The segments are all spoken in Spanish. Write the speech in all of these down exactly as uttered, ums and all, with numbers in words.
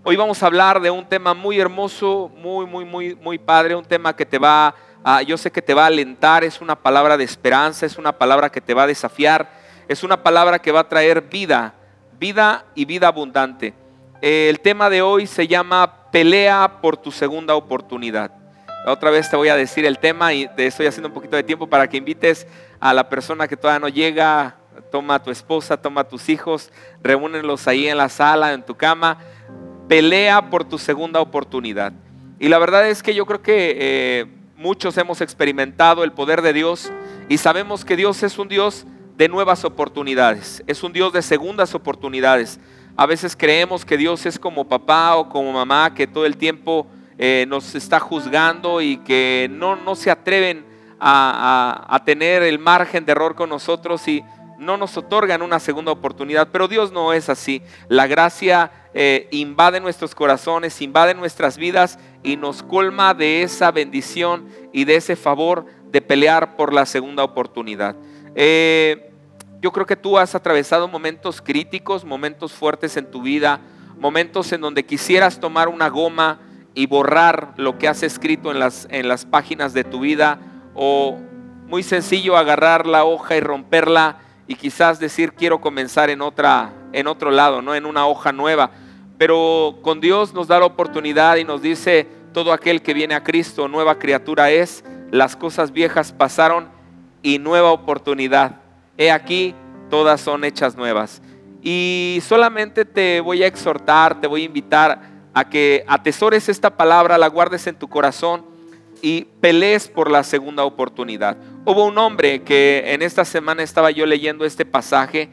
Hoy vamos a hablar de un tema muy hermoso, muy, muy, muy, muy padre, un tema que te va a, yo sé que te va a alentar, es una palabra de esperanza, es una palabra que te va a desafiar, es una palabra que va a traer vida, vida y vida abundante. Eh, el tema de hoy se llama pelea por tu segunda oportunidad. Otra vez te voy a decir el tema y te estoy haciendo un poquito de tiempo para que invites a la persona que todavía no llega. Toma a tu esposa, toma a tus hijos, reúnenlos ahí en la sala, en tu cama. Pelea por tu segunda oportunidad. Y la verdad es que yo creo que eh, muchos hemos experimentado el poder de Dios y sabemos que Dios es un Dios de nuevas oportunidades, es un Dios de segundas oportunidades. A veces creemos que Dios es como papá o como mamá, que todo el tiempo eh, nos está juzgando y que no, no se atreven a, a, a tener el margen de error con nosotros y no nos otorgan una segunda oportunidad. Pero Dios no es así. La gracia eh, invade nuestros corazones, invade nuestras vidas y nos colma de esa bendición y de ese favor de pelear por la segunda oportunidad. Eh, yo creo que tú has atravesado momentos críticos, momentos fuertes en tu vida, momentos en donde quisieras tomar una goma y borrar lo que has escrito en las, en las páginas de tu vida, o muy sencillo agarrar la hoja y romperla y quizás decir quiero comenzar en, otra, en otro lado, ¿no? En una hoja nueva. Pero con Dios nos da la oportunidad y nos dice: todo aquel que viene a Cristo, nueva criatura es, las cosas viejas pasaron y nueva oportunidad. He aquí, todas son hechas nuevas. Y solamente te voy a exhortar, te voy a invitar a que atesores esta palabra, la guardes en tu corazón y pelees por la segunda oportunidad. Hubo un hombre que en esta semana estaba yo leyendo este pasaje,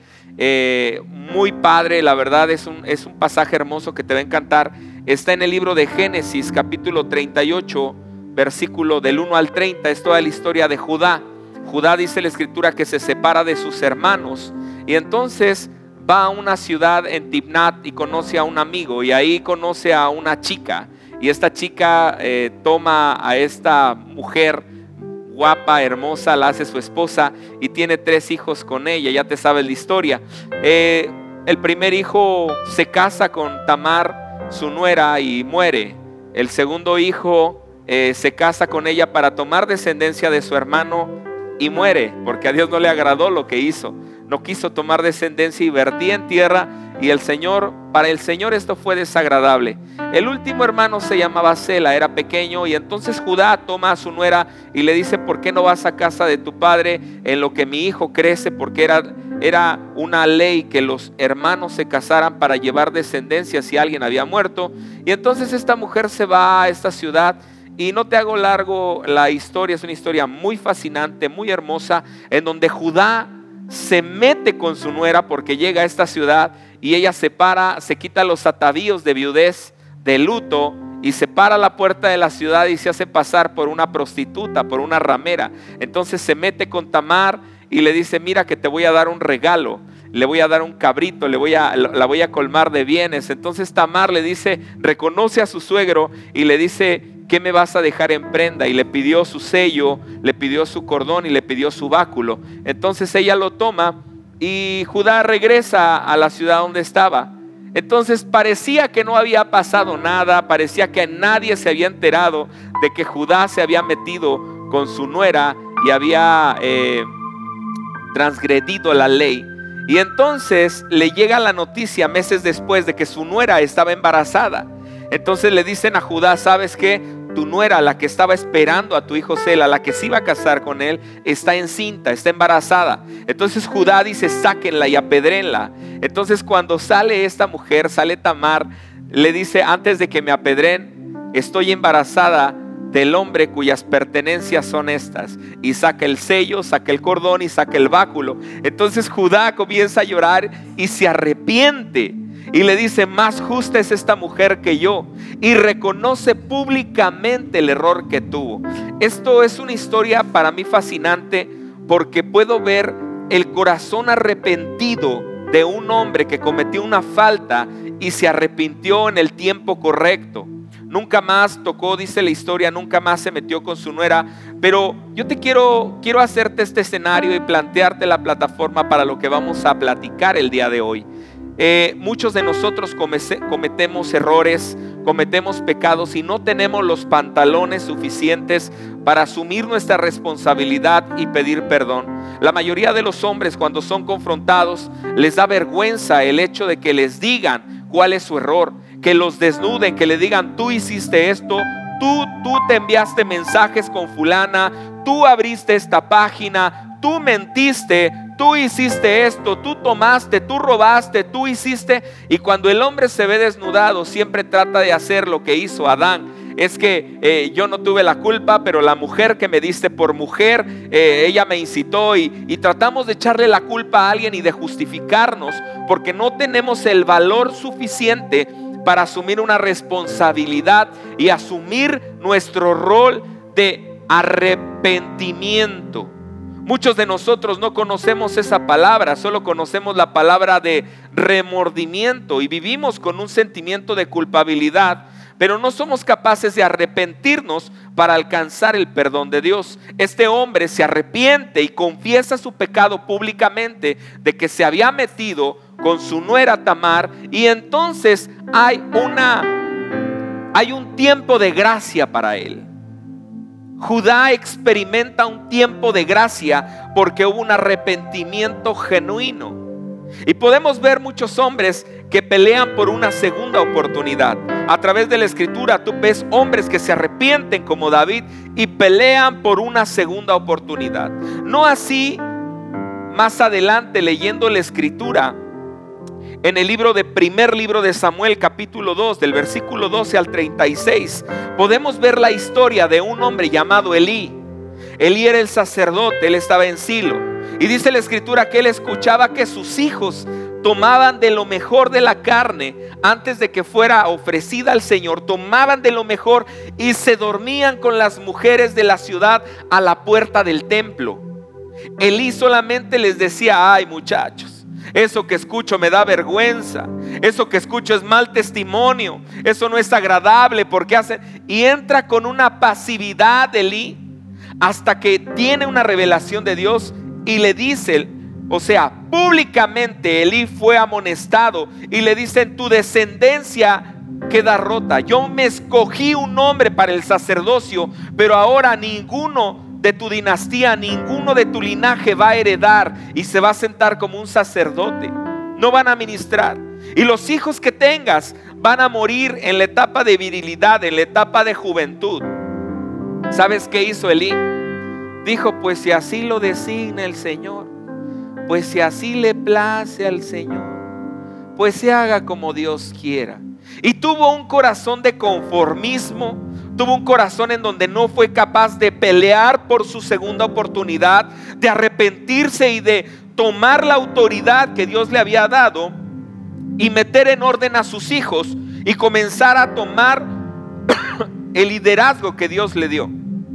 eh, muy padre, la verdad es un, es un pasaje hermoso que te va a encantar. Está en el libro de Génesis, capítulo treinta y ocho, versículo del uno al treinta, es toda la historia de Judá. Judá, dice la escritura, que se separa de sus hermanos y entonces va a una ciudad en Timnat y conoce a un amigo, y ahí conoce a una chica. Y esta chica eh, toma a esta mujer guapa, hermosa, la hace su esposa y tiene tres hijos con ella. Ya te sabes la historia. Eh, el primer hijo se casa con Tamar, su nuera, y muere. El segundo hijo eh, se casa con ella para tomar descendencia de su hermano y muere, porque a Dios no le agradó lo que hizo. No quiso tomar descendencia y vertía en tierra, y el Señor, para el Señor esto fue desagradable. El último hermano se llamaba Sela, era pequeño, y entonces Judá toma a su nuera y le dice: ¿por qué no vas a casa de tu padre en lo que mi hijo crece? Porque era, era una ley que los hermanos se casaran para llevar descendencia si alguien había muerto. Y entonces esta mujer se va a esta ciudad. Y no te hago largo la historia, es una historia muy fascinante, muy hermosa, en donde Judá se mete con su nuera porque llega a esta ciudad y ella se para, se quita los atavíos de viudez, de luto, y se para a la puerta de la ciudad y se hace pasar por una prostituta, por una ramera. Entonces se mete con Tamar y le dice: mira que te voy a dar un regalo, le voy a dar un cabrito, le voy a, la voy a colmar de bienes. Entonces Tamar le dice, reconoce a su suegro y le dice: ¿qué me vas a dejar en prenda? Y le pidió su sello, le pidió su cordón y le pidió su báculo. Entonces ella lo toma y Judá regresa a la ciudad donde estaba. Entonces parecía que no había pasado nada, parecía que nadie se había enterado de que Judá se había metido con su nuera y había eh, transgredido la ley. Y entonces le llega la noticia meses después de que su nuera estaba embarazada. Entonces le dicen a Judá: ¿sabes qué? Tu nuera, la que estaba esperando a tu hijo Sela, la que se iba a casar con él, está encinta, está embarazada. Entonces Judá dice: sáquenla y apedrénla. Entonces cuando sale esta mujer, sale Tamar, le dice: antes de que me apedren, estoy embarazada del hombre cuyas pertenencias son estas. Y saca el sello, saca el cordón y saca el báculo. Entonces Judá comienza a llorar y se arrepiente. Y le dice: más justa es esta mujer que yo. Y reconoce públicamente el error que tuvo. Esto es una historia para mí fascinante, porque puedo ver el corazón arrepentido de un hombre que cometió una falta y se arrepintió en el tiempo correcto. Nunca más tocó, dice la historia, nunca más se metió con su nuera. Pero yo te quiero, quiero hacerte este escenario y plantearte la plataforma para lo que vamos a platicar el día de hoy. eh, muchos de nosotros comece, cometemos errores, cometemos pecados y no tenemos los pantalones suficientes para asumir nuestra responsabilidad y pedir perdón. La mayoría de los hombres, cuando son confrontados, les da vergüenza el hecho de que les digan cuál es su error, que los desnuden, que le digan: tú hiciste esto, tú, tú te enviaste mensajes con fulana, tú abriste esta página, tú mentiste, tú hiciste esto, tú tomaste, tú robaste, tú hiciste. Y cuando el hombre se ve desnudado, siempre trata de hacer lo que hizo Adán. Es que eh, yo no tuve la culpa, pero la mujer que me diste por mujer, eh, ella me incitó, y, y tratamos de echarle la culpa a alguien y de justificarnos, porque no tenemos el valor suficiente para asumir una responsabilidad y asumir nuestro rol de arrepentimiento. Muchos de nosotros no conocemos esa palabra, solo conocemos la palabra de remordimiento y vivimos con un sentimiento de culpabilidad, pero no somos capaces de arrepentirnos para alcanzar el perdón de Dios. Este hombre se arrepiente y confiesa su pecado públicamente de que se había metido con su nuera Tamar, y entonces hay una hay un tiempo de gracia para él. Judá experimenta un tiempo de gracia porque hubo un arrepentimiento genuino. Y podemos ver muchos hombres que pelean por una segunda oportunidad. A través de la escritura tú ves hombres que se arrepienten como David y pelean por una segunda oportunidad. No así más adelante, leyendo la escritura en el libro de primer libro de Samuel, capítulo dos, del versículo doce al treinta y seis, podemos ver la historia de un hombre llamado Elí. Elí era el sacerdote, él estaba en Silo, y dice la escritura que él escuchaba que sus hijos tomaban de lo mejor de la carne antes de que fuera ofrecida al Señor. Tomaban de lo mejor y se dormían con las mujeres de la ciudad a la puerta del templo. Elí solamente les decía: ay, muchachos, eso que escucho me da vergüenza, eso que escucho es mal testimonio, eso no es agradable, porque hacen. Y entra con una pasividad Elí hasta que tiene una revelación de Dios y le dice, o sea, públicamente Elí fue amonestado y le dicen: tu descendencia queda rota. Yo me escogí un hombre para el sacerdocio, pero ahora ninguno de tu dinastía, ninguno de tu linaje va a heredar y se va a sentar como un sacerdote. No van a ministrar. Y los hijos que tengas van a morir en la etapa de virilidad, en la etapa de juventud. ¿Sabes qué hizo Elí? Dijo: pues si así lo designa el Señor, pues si así le place al Señor, pues se haga como Dios quiera. Y tuvo un corazón de conformismo, tuvo un corazón en donde no fue capaz de pelear por su segunda oportunidad, de arrepentirse y de tomar la autoridad que Dios le había dado y meter en orden a sus hijos y comenzar a tomar el liderazgo que Dios le dio.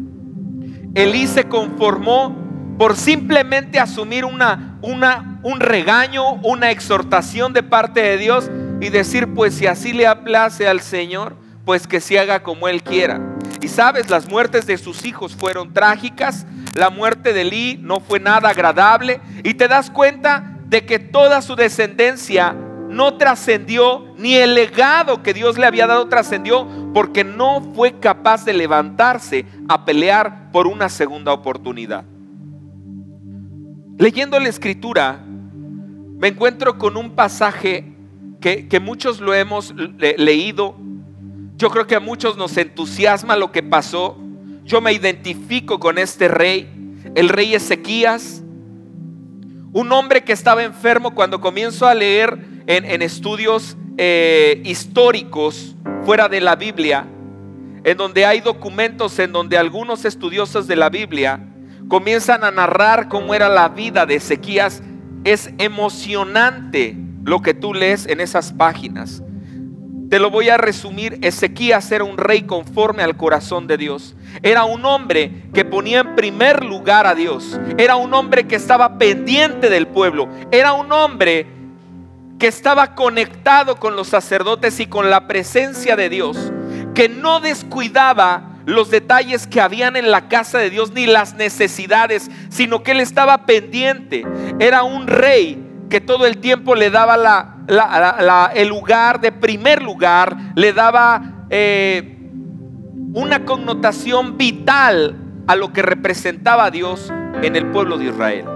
Elí se conformó por simplemente asumir una, una, un regaño, una exhortación de parte de Dios y decir: pues si así le place al Señor, pues que se haga como Él quiera. Y sabes, las muertes de sus hijos fueron trágicas. La muerte de Elí no fue nada agradable, y te das cuenta de que toda su descendencia no trascendió, ni el legado que Dios le había dado trascendió, porque no fue capaz de levantarse a pelear por una segunda oportunidad. Leyendo la escritura, me encuentro con un pasaje que, que muchos lo hemos le, leído. Yo creo que a muchos nos entusiasma lo que pasó. Yo me identifico con este rey, el rey Ezequías, un hombre que estaba enfermo. Cuando comienzo a leer en, en estudios eh, históricos fuera de la Biblia, en donde hay documentos en donde algunos estudiosos de la Biblia comienzan a narrar cómo era la vida de Ezequías, es emocionante lo que tú lees en esas páginas. Te lo voy a resumir. Ezequías era un rey conforme al corazón de Dios. Era un hombre que ponía en primer lugar a Dios. Era un hombre que estaba pendiente del pueblo. Era un hombre que estaba conectado con los sacerdotes y con la presencia de Dios, que no descuidaba los detalles que habían en la casa de Dios ni las necesidades, sino que él estaba pendiente. Era un rey que todo el tiempo le daba la, la, la, la, el lugar de primer lugar, le daba eh, una connotación vital a lo que representaba a Dios en el pueblo de Israel.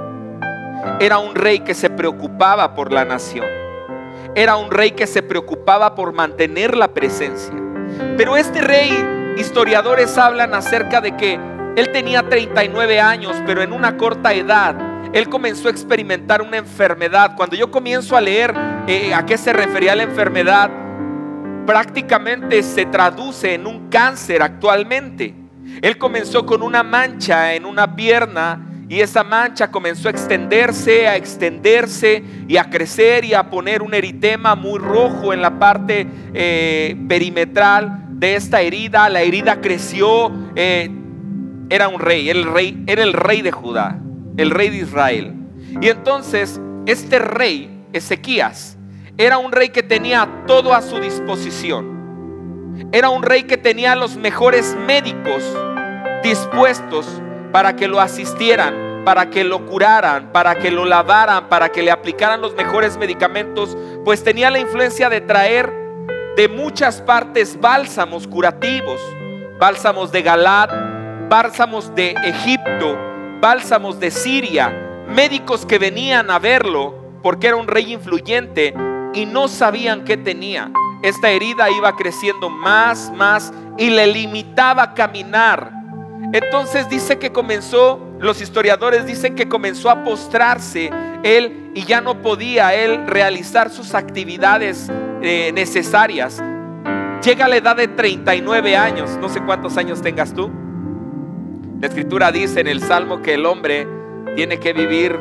Era un rey que se preocupaba por la nación. Era un rey que se preocupaba por mantener la presencia. Pero este rey, historiadores hablan acerca de que él tenía treinta y nueve años, pero en una corta edad él comenzó a experimentar una enfermedad. Cuando yo comienzo a leer eh, a qué se refería la enfermedad, prácticamente se traduce en un cáncer actualmente. Él comenzó con una mancha en una pierna, y esa mancha comenzó a extenderse, a extenderse y a crecer y a poner un eritema muy rojo en la parte eh, perimetral de esta herida. La herida creció. eh, Era un rey, el rey, era el rey de Judá, el rey de Israel. Y entonces este rey, Ezequías, era un rey que tenía todo a su disposición. Era un rey que tenía los mejores médicos dispuestos para que lo asistieran, para que lo curaran, para que lo lavaran, para que le aplicaran los mejores medicamentos, pues tenía la influencia de traer de muchas partes bálsamos curativos, bálsamos de Galat, bálsamos de Egipto, bálsamos de Siria, médicos que venían a verlo porque era un rey influyente y no sabían qué tenía. Esta herida iba creciendo más, más y le limitaba caminar. Entonces dice que comenzó, los historiadores dicen que comenzó a postrarse él y ya no podía él realizar sus actividades eh, necesarias. Llega a la edad de treinta y nueve años, no sé cuántos años tengas tú. La escritura dice en el Salmo que el hombre tiene que vivir,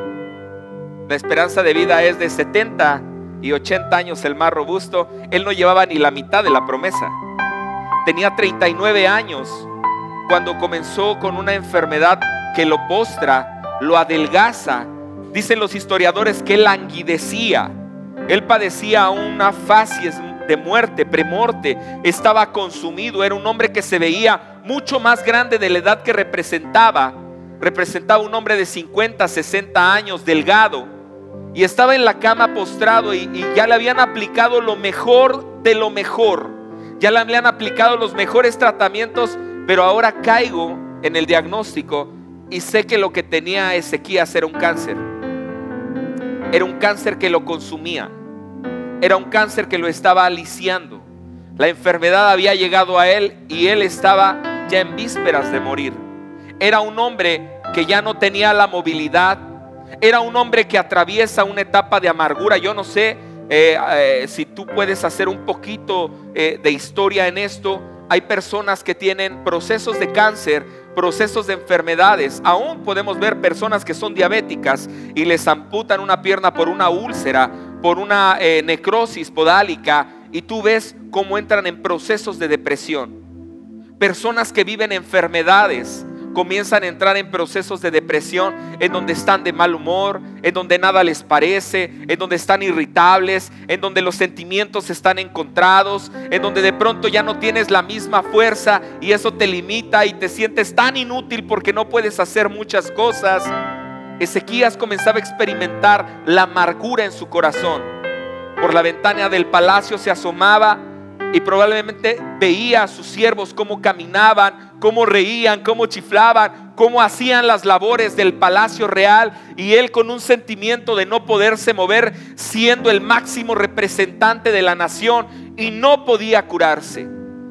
la esperanza de vida es de setenta y ochenta años, el más robusto. Él no llevaba ni la mitad de la promesa. Tenía treinta y nueve años cuando comenzó con una enfermedad que lo postra, lo adelgaza. Dicen los historiadores que él languidecía. Él padecía una facies de muerte, premorte, estaba consumido. Era un hombre que se veía mucho más grande de la edad que representaba. Representaba un hombre de cincuenta, sesenta años, delgado, y estaba en la cama postrado y, y ya le habían aplicado lo mejor de lo mejor. Ya le habían aplicado los mejores tratamientos, pero ahora caigo en el diagnóstico y sé que lo que tenía Ezequías era un cáncer. Era un cáncer que lo consumía. Era un cáncer que lo estaba aliciando. La enfermedad había llegado a él y él estaba ya en vísperas de morir. Era un hombre que ya no tenía la movilidad. Era un hombre que atraviesa una etapa de amargura. Yo no sé eh, eh, si tú puedes hacer un poquito eh, de historia en esto. Hay personas que tienen procesos de cáncer, procesos de enfermedades. Aún podemos ver personas que son diabéticas y les amputan una pierna por una úlcera, por una eh, necrosis podálica, y tú ves cómo entran en procesos de depresión. Personas que viven enfermedades comienzan a entrar en procesos de depresión, en donde están de mal humor, en donde nada les parece, en donde están irritables, en donde los sentimientos están encontrados, en donde de pronto ya no tienes la misma fuerza y eso te limita y te sientes tan inútil porque no puedes hacer muchas cosas. Ezequías comenzaba a experimentar la amargura en su corazón. Por la ventana del palacio se asomaba y probablemente veía a sus siervos cómo caminaban, cómo reían, cómo chiflaban, cómo hacían las labores del palacio real, y él con un sentimiento de no poderse mover, siendo el máximo representante de la nación, y no podía curarse.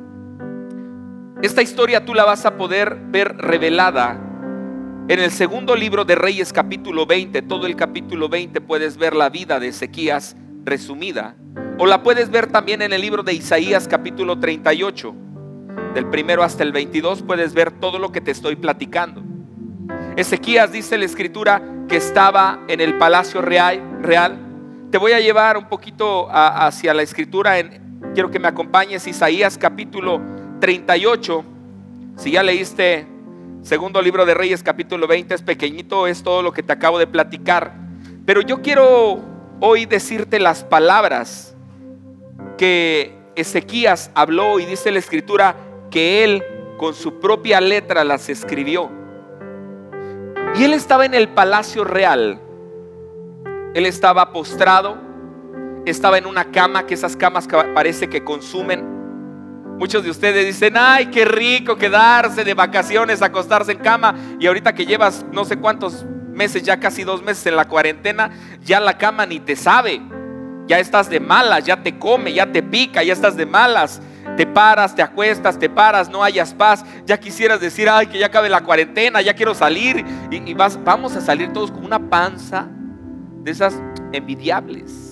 Esta historia tú la vas a poder ver revelada en el segundo libro de Reyes, capítulo veinte. Todo el capítulo veinte puedes ver la vida de Ezequías resumida, o la puedes ver también en el libro de Isaías, capítulo treinta y ocho. Del primero hasta el veintidós puedes ver todo lo que te estoy platicando. Ezequías, dice la escritura, que estaba en el palacio real, real. Te voy a llevar un poquito a, hacia la escritura. En, quiero que me acompañes. Isaías capítulo treinta y ocho. Si ya leíste segundo libro de Reyes capítulo veinte, es pequeñito, es todo lo que te acabo de platicar. Pero yo quiero hoy decirte las palabras que Ezequías habló, y dice la escritura que él con su propia letra las escribió. Y él estaba en el palacio real. Él estaba postrado, estaba en una cama, que esas camas que parece que consumen. Muchos de ustedes dicen: ay, qué rico quedarse de vacaciones, acostarse en cama. Y ahorita que llevas no sé cuántos meses, ya casi dos meses en la cuarentena, ya la cama ni te sabe. Ya estás de malas, ya te come, ya te pica, ya estás de malas. Te paras, te acuestas, te paras, no hayas paz. Ya quisieras decir: ay, que ya acabe la cuarentena, ya quiero salir. Y, y vas, vamos a salir todos con una panza de esas envidiables.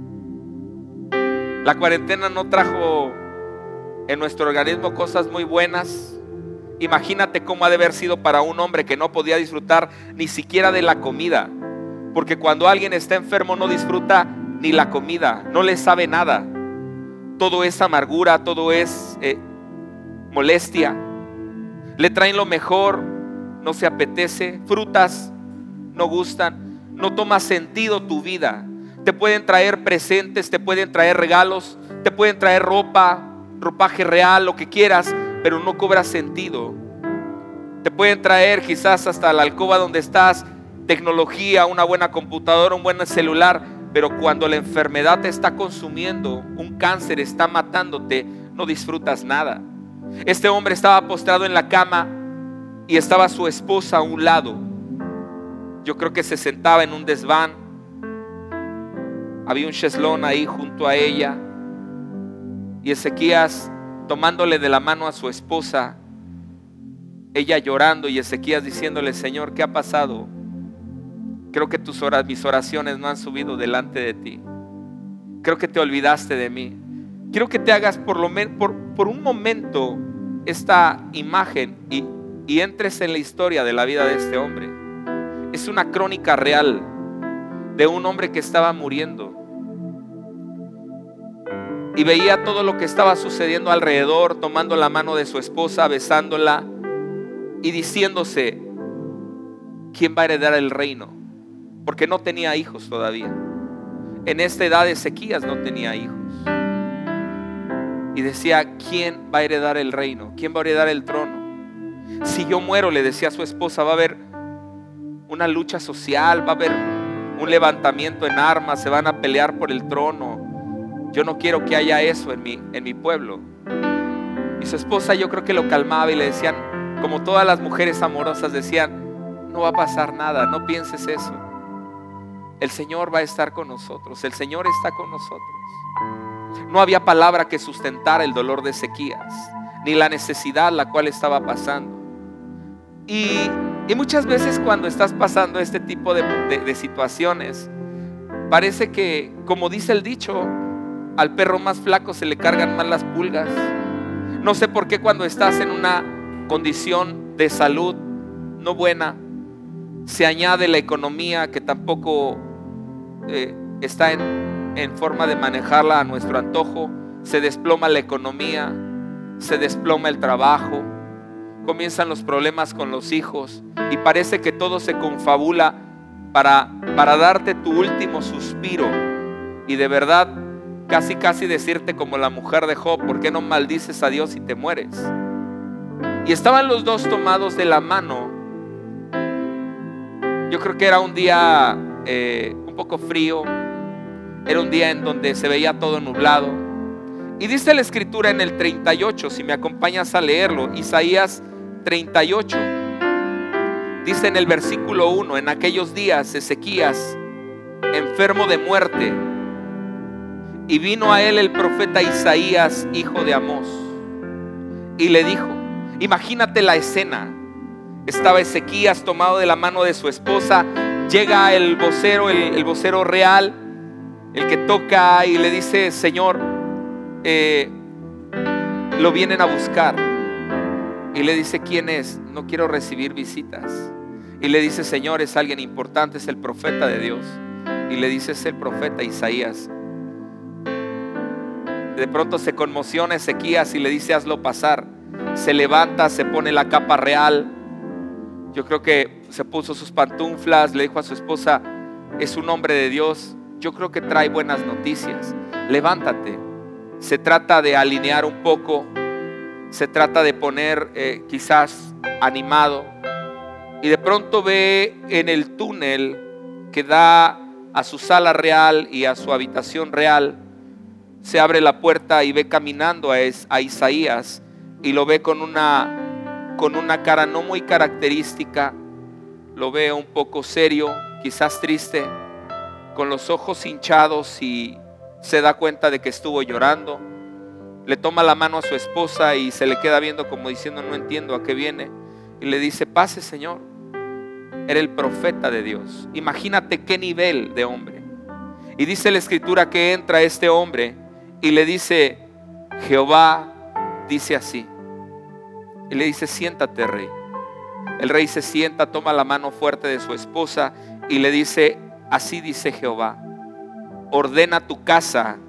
La cuarentena no trajo en nuestro organismo cosas muy buenas. Imagínate cómo ha de haber sido para un hombre que no podía disfrutar ni siquiera de la comida. Porque cuando alguien está enfermo no disfruta ni la comida, no le sabe nada. Todo es amargura, todo es eh, molestia. Le traen lo mejor, no se apetece. Frutas no gustan, no toma sentido tu vida. Te pueden traer presentes, te pueden traer regalos, te pueden traer ropa, ropaje real, lo que quieras, pero no cobra sentido. Te pueden traer quizás hasta la alcoba donde estás tecnología, una buena computadora, un buen celular, pero cuando la enfermedad te está consumiendo, un cáncer está matándote, no disfrutas nada. Este hombre estaba postrado en la cama y estaba su esposa a un lado. Yo creo que se sentaba en un desván. Había un cheslón ahí junto a ella. Y Ezequías tomándole de la mano a su esposa, ella llorando y Ezequías diciéndole: Señor, ¿qué ha pasado? Creo que tus horas, mis oraciones no han subido delante de ti. Creo que te olvidaste de mí. Quiero que te hagas por, lo men, por, por un momento esta imagen y, y entres en la historia de la vida de este hombre. Es una crónica real de un hombre que estaba muriendo y veía todo lo que estaba sucediendo alrededor, tomando la mano de su esposa, besándola y diciéndose: ¿quién va a heredar el reino? Porque no tenía hijos todavía. En esta edad Ezequías no tenía hijos. Y decía: ¿quién va a heredar el reino? ¿Quién va a heredar el trono? Si yo muero, le decía a su esposa, va a haber una lucha social, va a haber un levantamiento en armas, se van a pelear por el trono. Yo no quiero que haya eso en mi, en mi pueblo. Y su esposa, yo creo que lo calmaba y le decían, como todas las mujeres amorosas, decían: no va a pasar nada, no pienses eso. El Señor va a estar con nosotros, el Señor está con nosotros. No había palabra que sustentara el dolor de Ezequías, ni la necesidad la cual estaba pasando. Y, y muchas veces cuando estás pasando este tipo de, de, de situaciones, parece que, como dice el dicho, al perro más flaco se le cargan más las pulgas. No sé por qué cuando estás en una condición de salud no buena, se añade la economía que tampoco eh, está en, en forma de manejarla a nuestro antojo. Se desploma la economía, se desploma el trabajo, comienzan los problemas con los hijos y parece que todo se confabula para, para darte tu último suspiro y de verdad casi casi decirte como la mujer de Job: ¿por qué no maldices a Dios y te mueres? Y estaban los dos tomados de la mano. Yo creo que era un día eh, un poco frío, era un día en donde se veía todo nublado. Y dice la escritura en el treinta y ocho, si me acompañas a leerlo, Isaías treinta y ocho, dice en el versículo uno: en aquellos días Ezequías, enfermo de muerte, y vino a él el profeta Isaías, hijo de Amós, y le dijo, imagínate la escena. Estaba Ezequías tomado de la mano de su esposa. Llega el vocero, el, el vocero real, el que toca y le dice: Señor, eh, lo vienen a buscar. Y le dice: ¿quién es? No quiero recibir visitas. Y le dice: Señor, es alguien importante, es el profeta de Dios. Y le dice: es el profeta Isaías. De pronto se conmociona Ezequías y le dice: hazlo pasar. Se levanta, se pone la capa real. Yo creo que se puso sus pantuflas, le dijo a su esposa: es un hombre de Dios, yo creo que trae buenas noticias, levántate. Se trata de alinear un poco, se trata de poner eh, quizás animado. Y de pronto ve en el túnel que da a su sala real y a su habitación real, se abre la puerta y ve caminando a, es, a Isaías, y lo ve con una, con una cara no muy característica. Lo ve un poco serio, quizás triste, con los ojos hinchados, y se da cuenta de que estuvo llorando. Le toma la mano a su esposa y se le queda viendo como diciendo: no entiendo a qué viene. Y le dice: pase, Señor. Era el profeta de Dios. Imagínate qué nivel de hombre. Y dice la escritura que entra este hombre y le dice: Jehová dice así. Y le dice: siéntate, rey. El rey se sienta, toma la mano fuerte de su esposa y le dice: así dice Jehová, ordena tu casa,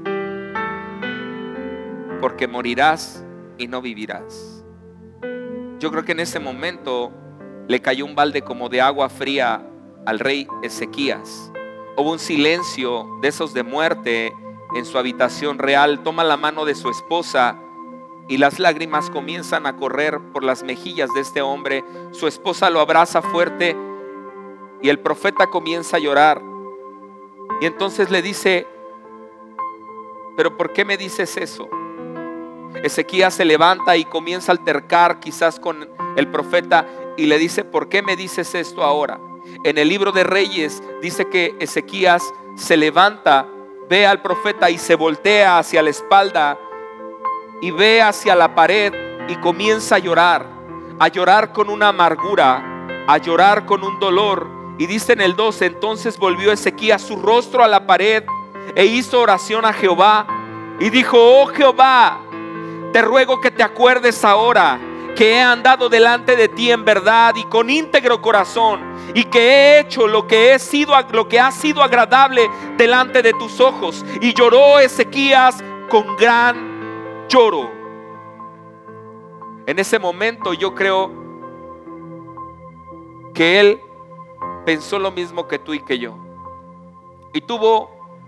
porque morirás y no vivirás. Yo creo que en ese momento le cayó un balde como de agua fría al rey Ezequías. Hubo un silencio de esos de muerte en su habitación real. Toma la mano de su esposa y las lágrimas comienzan a correr por las mejillas de este hombre. Su esposa lo abraza fuerte y el profeta comienza a llorar. Y entonces le dice: ¿pero por qué me dices eso? Ezequías se levanta y comienza a altercar quizás con el profeta y le dice: ¿por qué me dices esto ahora? En el libro de Reyes dice que Ezequías se levanta, ve al profeta y se voltea hacia la espalda y ve hacia la pared y comienza a llorar, a llorar con una amargura, a llorar con un dolor. Y dice en el doce: entonces volvió Ezequías su rostro a la pared e hizo oración a Jehová y dijo: oh Jehová, te ruego que te acuerdes ahora que he andado delante de ti en verdad y con íntegro corazón, y que he hecho lo que, he sido, lo que ha sido agradable delante de tus ojos. Y lloró Ezequías con gran lloro. En ese momento yo creo que él pensó lo mismo que tú y que yo, y tuvo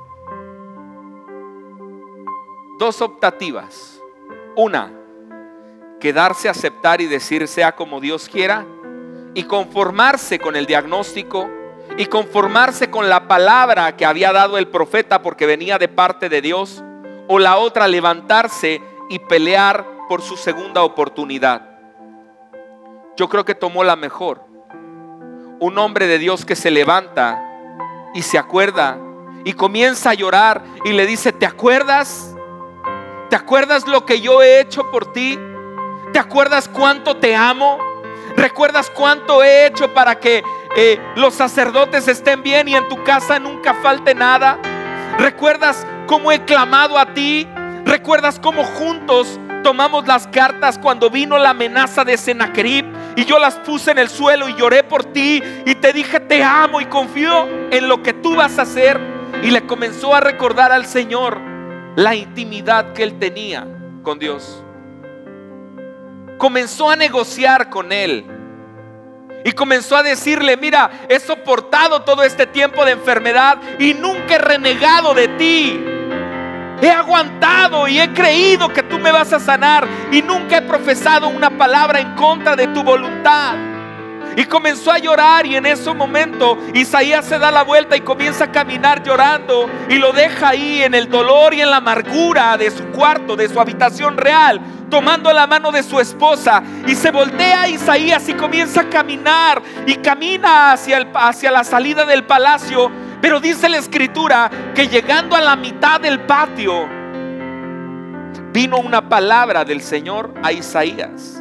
dos optativas. Una, quedarse a aceptar y decir sea como Dios quiera, y conformarse con el diagnóstico y conformarse con la palabra que había dado el profeta porque venía de parte de Dios. O la otra, levantarse y pelear por su segunda oportunidad. Yo creo que tomó la mejor. Un hombre de Dios que se levanta y se acuerda y comienza a llorar y le dice: ¿te acuerdas? ¿Te acuerdas lo que yo he hecho por ti? ¿Te acuerdas cuánto te amo? ¿Recuerdas cuánto he hecho para que eh, los sacerdotes estén bien y en tu casa nunca falte nada? ¿Recuerdas cómo he clamado a ti? ¿Recuerdas cómo juntos tomamos las cartas cuando vino la amenaza de Sennacherib y yo las puse en el suelo y lloré por ti y te dije: te amo y confío en lo que tú vas a hacer? Y le comenzó a recordar al Señor la intimidad que él tenía con Dios. Comenzó a negociar con él y comenzó a decirle: mira, he soportado todo este tiempo de enfermedad y nunca he renegado de ti. He aguantado y he creído que tú me vas a sanar y nunca he profesado una palabra en contra de tu voluntad. Y comenzó a llorar, y en ese momento Isaías se da la vuelta y comienza a caminar llorando, y lo deja ahí en el dolor y en la amargura de su cuarto, de su habitación real, tomando la mano de su esposa. Y se voltea a Isaías y comienza a caminar, y camina hacia, el, hacia la salida del palacio. Pero dice la escritura que llegando a la mitad del patio vino una palabra del Señor a Isaías.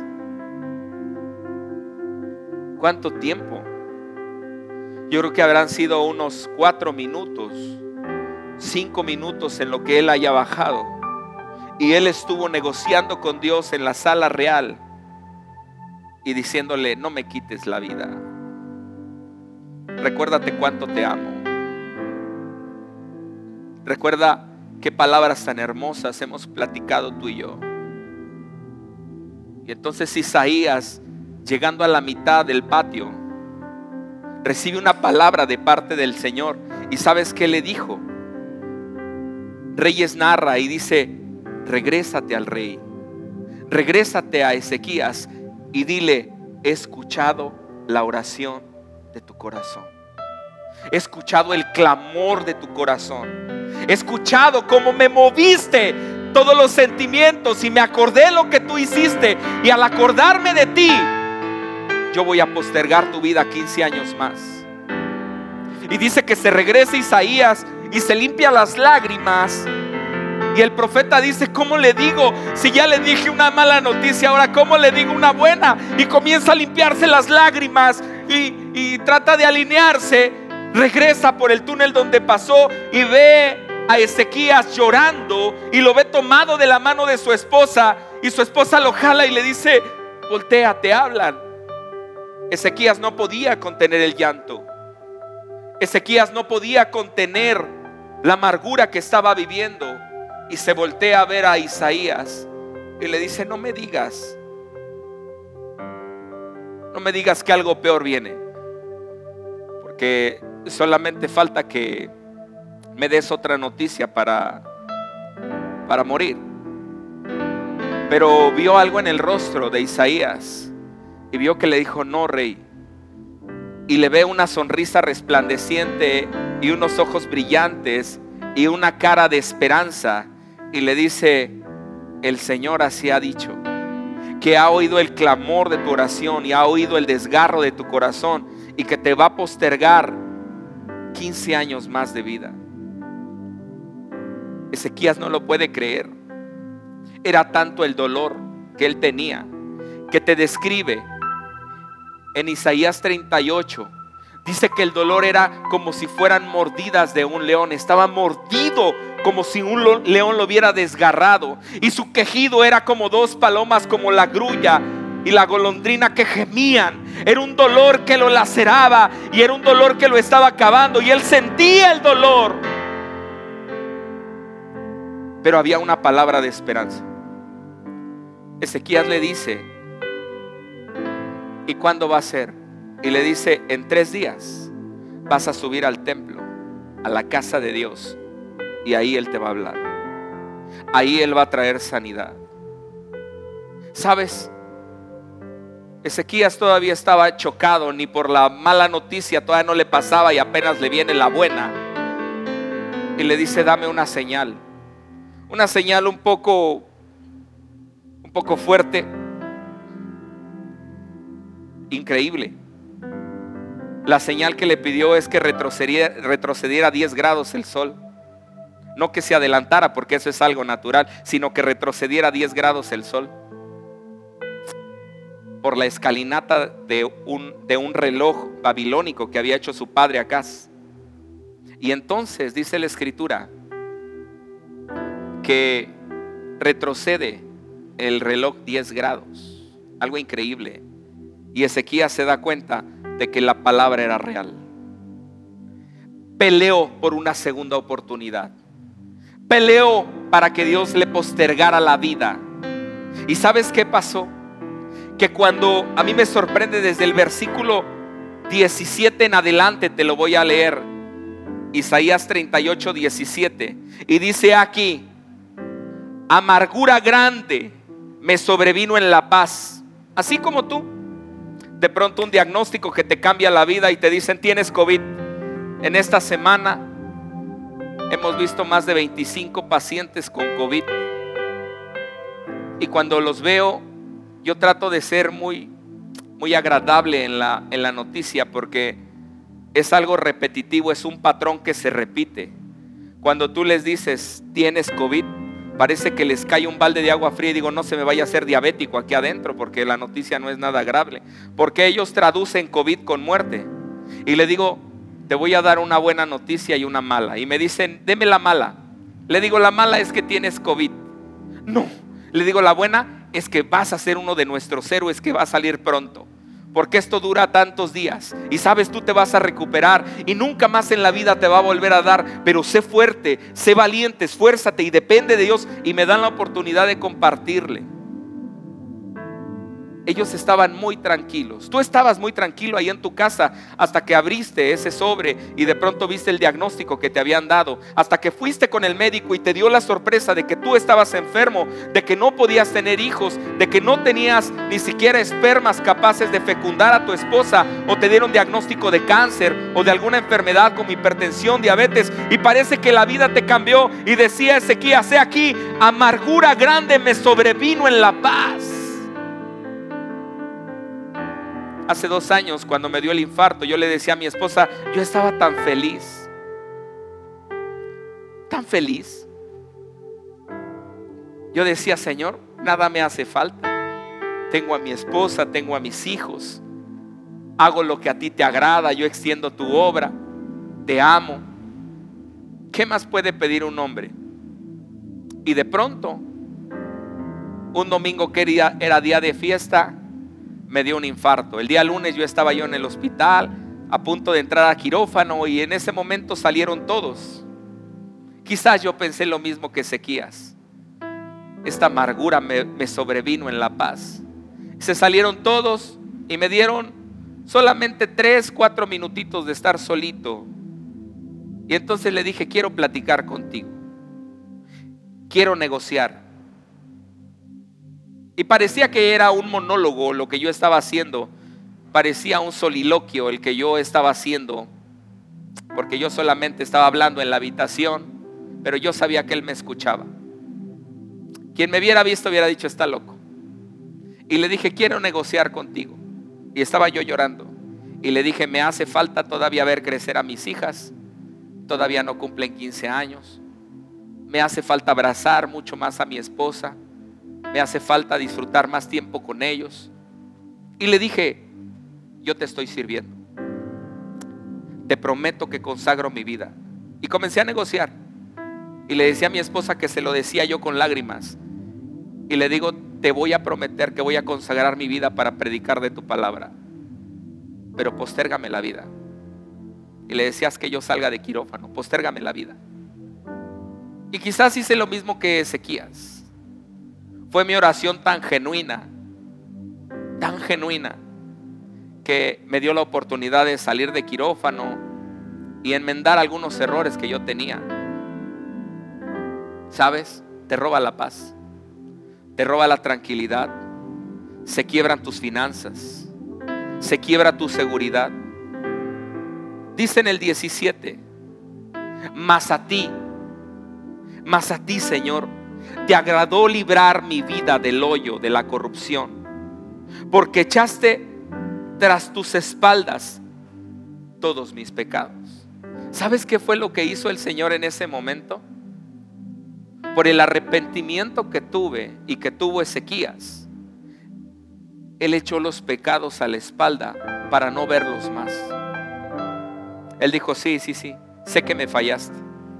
¿Cuánto tiempo? Yo creo que habrán sido unos cuatro minutos, cinco minutos en lo que él haya bajado. Y él estuvo negociando con Dios en la sala real y diciéndole: no me quites la vida. Recuérdate cuánto te amo. Recuerda qué palabras tan hermosas hemos platicado tú y yo. Y entonces Isaías, llegando a la mitad del patio, recibe una palabra de parte del Señor. ¿Y sabes qué le dijo? Reyes narra y dice: regrésate al rey, regrésate a Ezequías y dile: he escuchado la oración de tu corazón. He escuchado el clamor de tu corazón. He escuchado cómo me moviste todos los sentimientos y me acordé lo que tú hiciste. Y al acordarme de ti, yo voy a postergar tu vida quince años más. Y dice que se regresa Isaías y se limpia las lágrimas. Y el profeta dice: ¿cómo le digo? Si ya le dije una mala noticia, ahora ¿cómo le digo una buena? Y comienza a limpiarse las lágrimas y, y trata de alinearse. Regresa por el túnel donde pasó y ve a Ezequías llorando, y lo ve tomado de la mano de su esposa, y su esposa lo jala y le dice: voltea, te hablan. Ezequías no podía contener el llanto. Ezequías no podía contener la amargura que estaba viviendo, y se voltea a ver a Isaías y le dice: no me digas, no me digas que algo peor viene, porque solamente falta que me des otra noticia para, para morir. Pero vio algo en el rostro de Isaías y vio que le dijo: no, rey. Y le ve una sonrisa resplandeciente y unos ojos brillantes y una cara de esperanza, y le dice: el Señor así ha dicho, que ha oído el clamor de tu oración y ha oído el desgarro de tu corazón, y que te va a postergar quince años más de vida. Ezequías no lo puede creer. Era tanto el dolor que él tenía, que te describe en Isaías treinta y ocho. Dice que el dolor era como si fueran mordidas de un león. Estaba mordido como si un león lo hubiera desgarrado, y su quejido era como dos palomas, como la grulla y la golondrina que gemían. Era un dolor que lo laceraba, y era un dolor que lo estaba acabando, y él sentía el dolor. Pero había una palabra de esperanza. Ezequías le dice: ¿y cuándo va a ser? Y le dice: en tres días vas a subir al templo, a la casa de Dios, y ahí Él te va a hablar. Ahí Él va a traer sanidad. ¿Sabes? Ezequías todavía estaba chocado, ni por la mala noticia todavía no le pasaba, y apenas le viene la buena. Y le dice: dame una señal. Una señal un poco Un poco fuerte, increíble. La señal que le pidió es que retrocediera, retrocediera diez grados el sol. No que se adelantara, porque eso es algo natural, sino que retrocediera diez grados el sol. Por la escalinata de un, de un reloj babilónico que había hecho su padre Acaz. Y entonces dice la escritura que retrocede el reloj diez grados. Algo increíble. Y Ezequías se da cuenta de que la palabra era real. Peleó por una segunda oportunidad. Peleó para que Dios le postergara la vida. ¿Y sabes qué pasó? Que cuando, a mí me sorprende desde el versículo diecisiete en adelante, te lo voy a leer. Isaías treinta y ocho, diecisiete. Y dice aquí: amargura grande me sobrevino en la paz. Así como tú, de pronto un diagnóstico que te cambia la vida y te dicen: tienes COVID. En esta semana hemos visto más de veinticinco pacientes con COVID, y cuando los veo, yo trato de ser muy, muy agradable en la, en la noticia, porque es algo repetitivo, es un patrón que se repite. Cuando tú les dices: tienes COVID, parece que les cae un balde de agua fría, y digo: no se me vaya a hacer diabético aquí adentro, porque la noticia no es nada agradable, porque ellos traducen COVID con muerte. Y le digo: te voy a dar una buena noticia y una mala. Y me dicen: deme la mala. Le digo: la mala es que tienes COVID. No, le digo: la buena es que vas a ser uno de nuestros héroes que va a salir pronto, porque esto dura tantos días, y sabes, tú te vas a recuperar y nunca más en la vida te va a volver a dar. Pero sé fuerte, sé valiente, esfuérzate y depende de Dios. Y me dan la oportunidad de compartirle. ellos estaban muy tranquilos. Tú estabas muy tranquilo ahí en tu casa hasta que abriste ese sobre y de pronto viste el diagnóstico que te habían dado, hasta que fuiste con el médico y te dio la sorpresa de que tú estabas enfermo, de que no podías tener hijos, de que no tenías ni siquiera espermas capaces de fecundar a tu esposa, o te dieron diagnóstico de cáncer o de alguna enfermedad como hipertensión, diabetes, y parece que la vida te cambió. Y decía Ezequías: he aquí, amargura grande me sobrevino en la paz. Hace dos años, cuando me dio el infarto, yo le decía a mi esposa: yo estaba tan feliz, tan feliz. Yo decía: Señor, nada me hace falta. Tengo a mi esposa, tengo a mis hijos, hago lo que a ti te agrada, yo extiendo tu obra, te amo. ¿Qué más puede pedir un hombre? Y de pronto, un domingo que era, era día de fiesta, me dio un infarto. El día lunes yo estaba yo en el hospital, a punto de entrar a quirófano, y en ese momento salieron todos. Quizás yo pensé lo mismo que Ezequías: esta amargura me, me sobrevino en la paz. Se salieron todos y me dieron solamente tres, cuatro minutitos de estar solito. Y entonces le dije: quiero platicar contigo, quiero negociar. Y parecía que era un monólogo lo que yo estaba haciendo, parecía un soliloquio el que yo estaba haciendo, porque yo solamente estaba hablando en la habitación, pero yo sabía que él me escuchaba. Quien me hubiera visto hubiera dicho: está loco. Y le dije: quiero negociar contigo. Y estaba yo llorando y le dije: me hace falta todavía ver crecer a mis hijas, todavía no cumplen quince años. Me hace falta abrazar mucho más a mi esposa, me hace falta disfrutar más tiempo con ellos. Y le dije: yo te estoy sirviendo, te prometo que consagro mi vida. Y comencé a negociar. Y le decía a mi esposa que se lo decía yo con lágrimas. Y le digo: te voy a prometer que voy a consagrar mi vida para predicar de tu palabra, pero postérgame la vida. Y le decías que yo salga de quirófano, postérgame la vida. Y quizás hice lo mismo que Ezequías. Fue mi oración tan genuina, tan genuina, que me dio la oportunidad de salir de quirófano y enmendar algunos errores que yo tenía. ¿Sabes? Te roba la paz, te roba la tranquilidad, se quiebran tus finanzas, se quiebra tu seguridad. Dice en el diecisiete: mas a ti, mas a ti, Señor, te agradó librar mi vida del hoyo de la corrupción, porque echaste tras tus espaldas todos mis pecados. ¿Sabes qué fue lo que hizo el Señor en ese momento? Por el arrepentimiento que tuve y que tuvo Ezequías, Él echó los pecados a la espalda para no verlos más. Él dijo: sí, sí, sí, sé que me fallaste,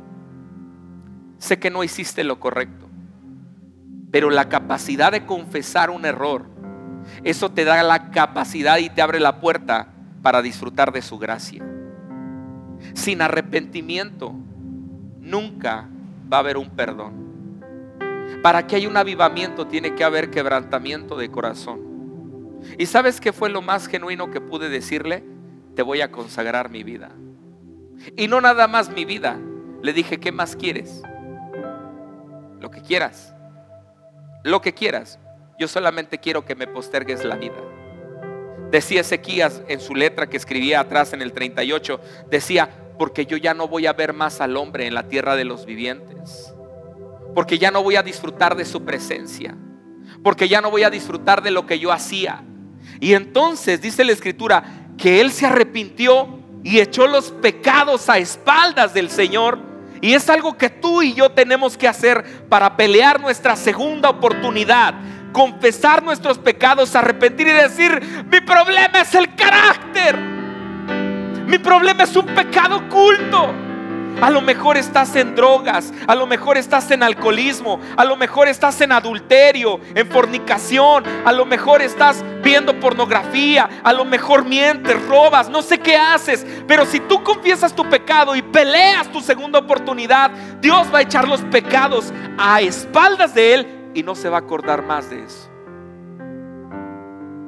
sé que no hiciste lo correcto, pero la capacidad de confesar un error, eso te da la capacidad y te abre la puerta para disfrutar de su gracia. Sin arrepentimiento nunca va a haber un perdón. Para que haya un avivamiento tiene que haber quebrantamiento de corazón. ¿Y sabes qué fue lo más genuino que pude decirle? Te voy a consagrar mi vida. Y no nada más mi vida. Le dije: ¿qué más quieres? Lo que quieras, lo que quieras. Yo solamente quiero que me postergues la vida. Decía Ezequías en su letra que escribía atrás en el treinta y ocho, decía: porque yo ya no voy a ver más al hombre en la tierra de los vivientes, porque ya no voy a disfrutar de su presencia, porque ya no voy a disfrutar de lo que yo hacía. Y entonces dice la escritura que él se arrepintió y echó los pecados a espaldas del Señor. Y es algo que tú y yo tenemos que hacer para pelear nuestra segunda oportunidad: confesar nuestros pecados, arrepentir y decir: mi problema es el carácter, mi problema es un pecado oculto. A lo mejor estás en drogas, a lo mejor estás en alcoholismo, a lo mejor estás en adulterio, en fornicación, a lo mejor estás viendo pornografía, a lo mejor mientes, robas, no sé qué haces. Pero si tú confiesas tu pecado y peleas tu segunda oportunidad, Dios va a echar los pecados a espaldas de Él y no se va a acordar más de eso.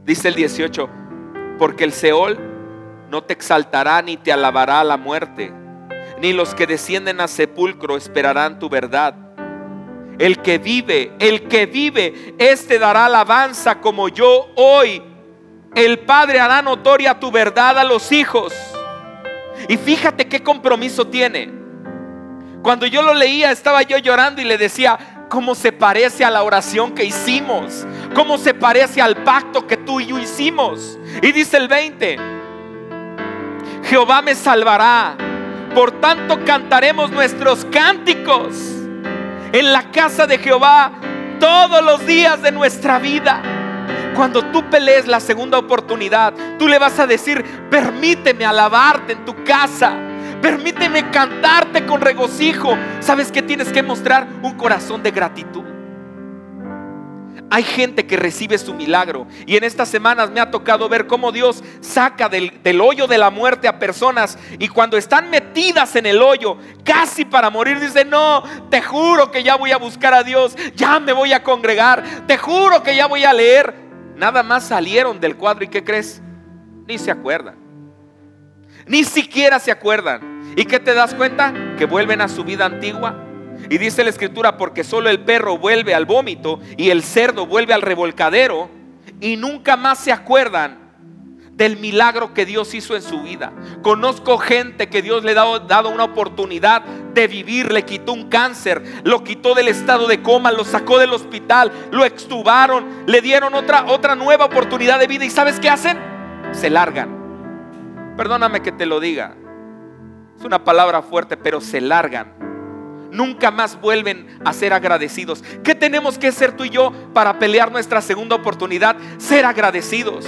Dice el dieciocho: porque el Seol no te exaltará ni te alabará la muerte, ni los que descienden al sepulcro esperarán tu verdad. El que vive, el que vive, este dará alabanza como yo hoy. El Padre hará notoria tu verdad a los hijos. Y fíjate qué compromiso tiene. Cuando yo lo leía, estaba yo llorando y le decía: ¿cómo se parece a la oración que hicimos? ¿Cómo se parece al pacto que tú y yo hicimos? Y dice el veinte: Jehová me salvará, por tanto cantaremos nuestros cánticos en la casa de Jehová todos los días de nuestra vida. Cuando tú pelees la segunda oportunidad, tú le vas a decir: permíteme alabarte en tu casa, permíteme cantarte con regocijo. ¿Sabes qué tienes que mostrar? Un corazón de gratitud. Hay gente que recibe su milagro, y en estas semanas me ha tocado ver cómo Dios saca del, del hoyo de la muerte a personas, y cuando están metidas en el hoyo casi para morir, dicen: no, te juro que ya voy a buscar a Dios, ya me voy a congregar, te juro que ya voy a leer. Nada más salieron del cuadro, ¿y qué crees? Ni se acuerdan, ni siquiera se acuerdan. ¿Y qué te das cuenta? Que vuelven a su vida antigua. Y dice la escritura: porque solo el perro vuelve al vómito y el cerdo vuelve al revolcadero, y nunca más se acuerdan del milagro que Dios hizo en su vida. Conozco gente que Dios le ha dado, dado una oportunidad de vivir. Le quitó un cáncer, lo quitó del estado de coma, lo sacó del hospital, lo extubaron, le dieron otra, otra nueva oportunidad de vida. ¿Y sabes qué hacen? Se largan. Perdóname que te lo diga, es una palabra fuerte, pero se largan. Nunca más vuelven a ser agradecidos. ¿Qué tenemos que hacer tú y yo para pelear nuestra segunda oportunidad? Ser agradecidos.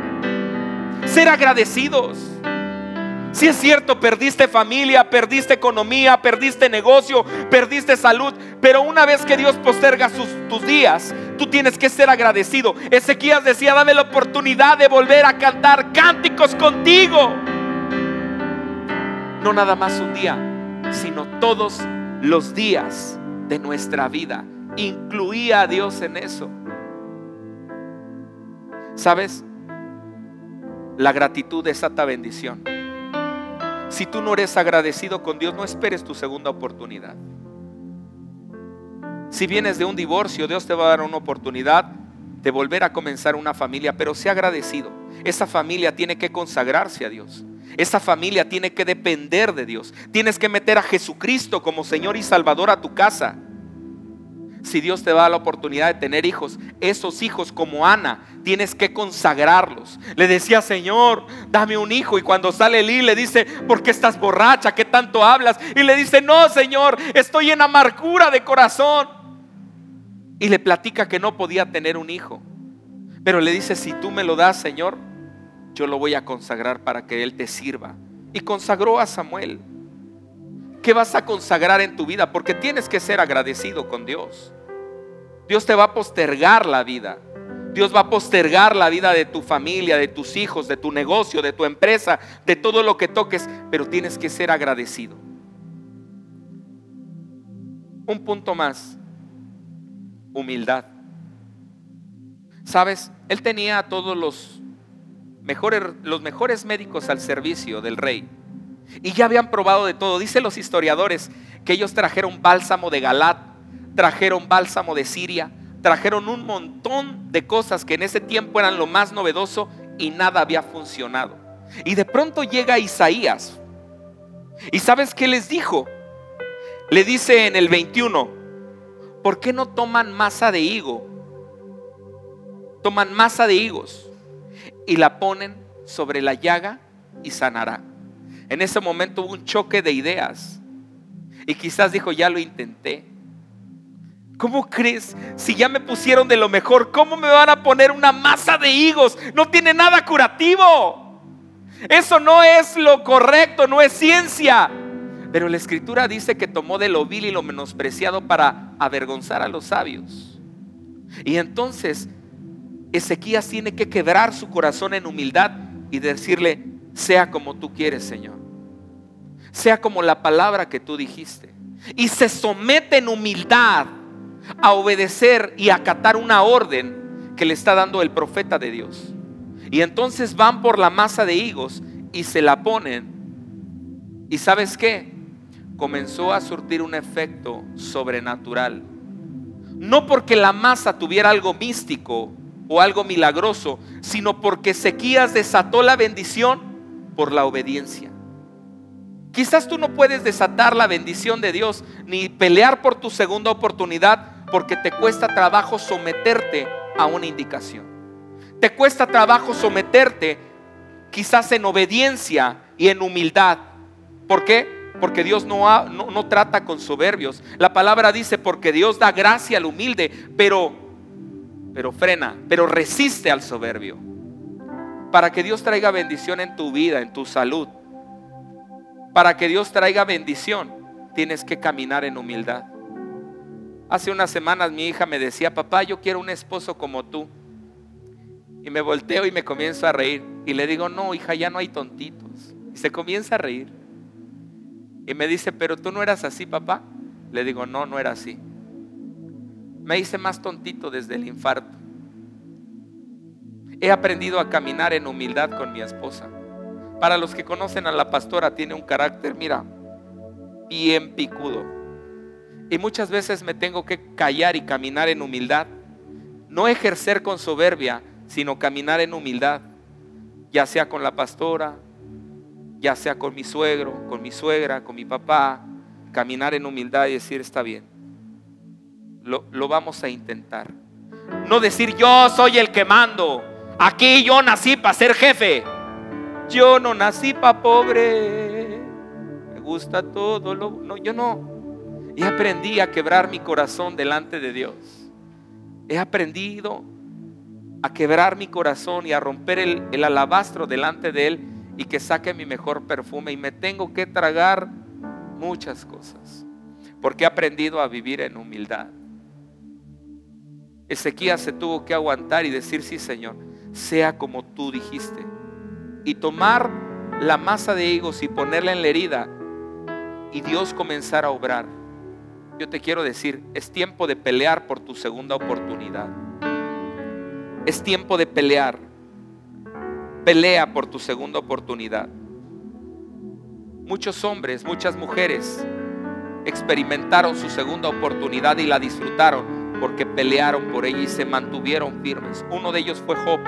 Ser agradecidos. Si es cierto, perdiste familia, perdiste economía, perdiste negocio, perdiste salud, pero una vez que Dios posterga sus, tus días, tú tienes que ser agradecido. Ezequías decía: dame la oportunidad de volver a cantar cánticos contigo. No nada más un día, sino todos los días de nuestra vida. Incluía a Dios en eso. ¿Sabes? La gratitud desata bendición. Si tú no eres agradecido con Dios, no esperes tu segunda oportunidad. Si vienes de un divorcio, Dios te va a dar una oportunidad de volver a comenzar una familia, pero sé agradecido. Esa familia tiene que consagrarse a Dios. Esa familia tiene que depender de Dios. Tienes que meter a Jesucristo como Señor y Salvador a tu casa. Si Dios te da la oportunidad de tener hijos, esos hijos, como Ana, tienes que consagrarlos. Le decía: Señor, dame un hijo. Y cuando sale Eli, le dice: ¿por qué estás borracha? ¿Qué tanto hablas? Y le dice: no, Señor, estoy en amargura de corazón. Y le platica que no podía tener un hijo, pero le dice: si tú me lo das, Señor, yo lo voy a consagrar para que Él te sirva. Y consagró a Samuel. ¿Qué vas a consagrar en tu vida? Porque tienes que ser agradecido con Dios. Dios te va a postergar la vida. Dios va a postergar la vida de tu familia, de tus hijos, de tu negocio, de tu empresa, de todo lo que toques, pero tienes que ser agradecido. Un punto más: humildad. ¿Sabes? Él tenía a todos los mejores, los mejores médicos al servicio del rey, y ya habían probado de todo. Dicen los historiadores que ellos trajeron bálsamo de Galat, trajeron bálsamo de Siria, trajeron un montón de cosas que en ese tiempo eran lo más novedoso, y nada había funcionado. Y de pronto llega Isaías, y ¿sabes qué les dijo? Le dice en el veintiuno: ¿por qué no toman masa de higo? Toman masa de higos y la ponen sobre la llaga y sanará. En ese momento hubo un choque de ideas, y quizás dijo: ya lo intenté. ¿Cómo crees? Si ya me pusieron de lo mejor, ¿cómo me van a poner una masa de higos? No tiene nada curativo. Eso no es lo correcto, no es ciencia. Pero la escritura dice que tomó de lo vil y lo menospreciado para avergonzar a los sabios. Y entonces Ezequías tiene que quebrar su corazón en humildad y decirle: sea como tú quieres, Señor, sea como la palabra que tú dijiste. Y se somete en humildad a obedecer y acatar una orden que le está dando el profeta de Dios. Y entonces van por la masa de higos y se la ponen. ¿Y sabes qué? Comenzó a surtir un efecto sobrenatural. No porque la masa tuviera algo místico o algo milagroso, sino porque Ezequías desató la bendición por la obediencia. Quizás tú no puedes desatar la bendición de Dios ni pelear por tu segunda oportunidad porque te cuesta trabajo someterte a una indicación. Te cuesta trabajo someterte quizás en obediencia y en humildad. ¿Por qué? Porque Dios no, ha, no, no trata con soberbios. La palabra dice: porque Dios da gracia al humilde, pero, pero frena, pero resiste al soberbio. Para que Dios traiga bendición en tu vida, en tu salud, para que Dios traiga bendición, tienes que caminar en humildad. Hace unas semanas mi hija me decía: papá, yo quiero un esposo como tú. Y me volteo y me comienzo a reír. Y le digo: no, hija, ya no hay tontitos. Y se comienza a reír. Y me dice: pero tú no eras así, papá. Le digo: no, no era así. Me hice más tontito desde el infarto. He aprendido a caminar en humildad con mi esposa. Para los que conocen a la pastora, tiene un carácter, mira, bien picudo. Y muchas veces me tengo que callar y caminar en humildad. No ejercer con soberbia, sino caminar en humildad. Ya sea con la pastora, ya sea con mi suegro, con mi suegra, con mi papá. Caminar en humildad y decir: está bien, lo, lo vamos a intentar. No decir: yo soy el que mando, aquí yo nací para ser jefe. Yo no nací para pobre, me gusta todo lo... No, yo no. Y aprendí a quebrar mi corazón delante de Dios. He aprendido a quebrar mi corazón y a romper el, el alabastro delante de Él, y que saque mi mejor perfume. Y me tengo que tragar muchas cosas, porque he aprendido a vivir en humildad. Ezequías se tuvo que aguantar y decir: sí, Señor, sea como tú dijiste. Y tomar la masa de higos y ponerla en la herida, y Dios comenzar a obrar. Yo te quiero decir: es tiempo de pelear por tu segunda oportunidad. Es tiempo de pelear. Pelea por tu segunda oportunidad. Muchos hombres, muchas mujeres experimentaron su segunda oportunidad y la disfrutaron porque pelearon por ella y se mantuvieron firmes. Uno de ellos fue Job.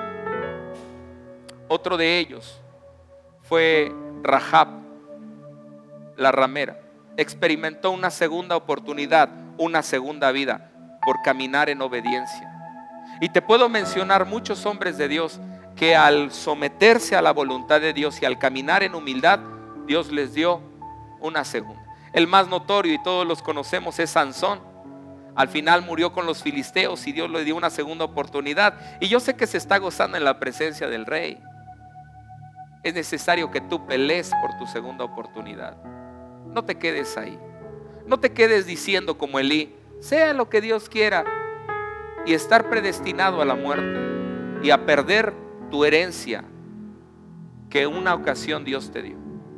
Otro de ellos fue Rahab, la ramera. Experimentó una segunda oportunidad, una segunda vida, por caminar en obediencia. Y te puedo mencionar muchos hombres de Dios que al someterse a la voluntad de Dios y al caminar en humildad, Dios les dio una segunda. El más notorio, y todos los conocemos, es Sansón. Al final murió con los filisteos y Dios le dio una segunda oportunidad. Y yo sé que se está gozando en la presencia del rey. Es necesario que tú pelees por tu segunda oportunidad. No te quedes ahí. No te quedes diciendo como Elí: sea lo que Dios quiera, y estar predestinado a la muerte y a perder tu herencia que en una ocasión Dios te dio.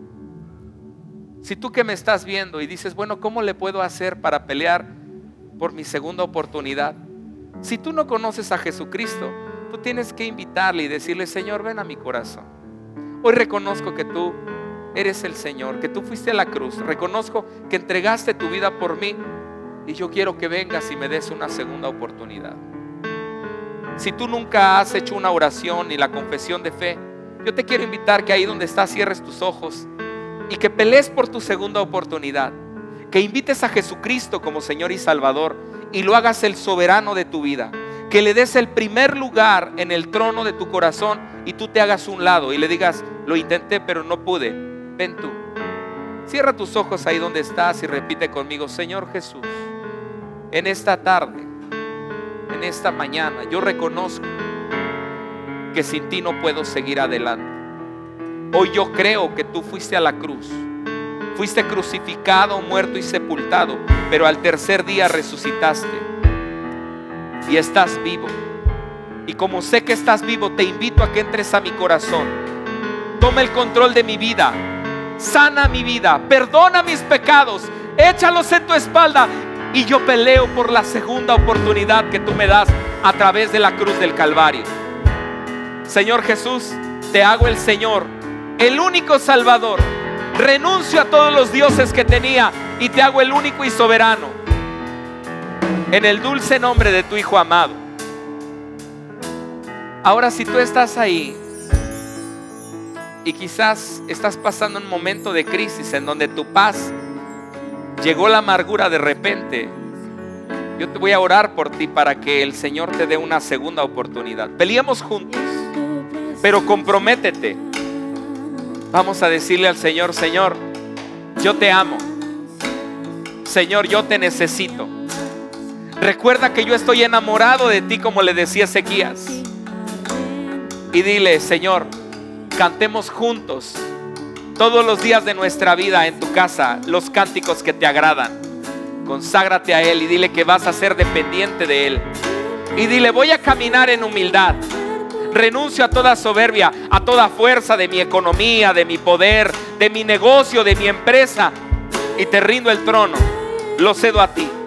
Si tú que me estás viendo y dices: bueno, ¿cómo le puedo hacer para pelear por mi segunda oportunidad? Si tú no conoces a Jesucristo, tú tienes que invitarle y decirle: Señor, ven a mi corazón. Hoy reconozco que tú eres el Señor, que tú fuiste a la cruz. Reconozco que entregaste tu vida por mí, y yo quiero que vengas y me des una segunda oportunidad. Si tú nunca has hecho una oración ni la confesión de fe, yo te quiero invitar que ahí donde estás cierres tus ojos y que pelees por tu segunda oportunidad. Que invites a Jesucristo como Señor y Salvador y lo hagas el soberano de tu vida. Que le des el primer lugar en el trono de tu corazón y tú te hagas un lado y le digas: lo intenté pero no pude, ven tú. Cierra tus ojos ahí donde estás y repite conmigo: Señor Jesús, en esta tarde, en esta mañana, yo reconozco que sin ti no puedo seguir adelante. Hoy yo creo que tú fuiste a la cruz, fuiste crucificado, muerto y sepultado, pero al tercer día resucitaste y estás vivo. Y como sé que estás vivo, te invito a que entres a mi corazón. Toma el control de mi vida, sana mi vida, perdona mis pecados, échalos en tu espalda. Y yo peleo por la segunda oportunidad que tú me das a través de la cruz del Calvario. Señor Jesús, te hago el Señor, el único Salvador. Renuncio a todos los dioses que tenía y te hago el único y soberano. En el dulce nombre de tu Hijo amado. Ahora, si tú estás ahí y quizás estás pasando un momento de crisis en donde tu paz llegó la amargura de repente, yo te voy a orar por ti para que el Señor te dé una segunda oportunidad. Peleemos juntos, pero comprométete. Vamos a decirle al Señor: Señor, yo te amo. Señor, yo te necesito. Recuerda que yo estoy enamorado de ti, como le decía Ezequías. Y dile: Señor, cantemos juntos todos los días de nuestra vida en tu casa los cánticos que te agradan. Conságrate a Él y dile que vas a ser dependiente de Él. Y dile: voy a caminar en humildad. Renuncio a toda soberbia, a toda fuerza de mi economía, de mi poder, de mi negocio, de mi empresa, y te rindo el trono. Lo cedo a ti.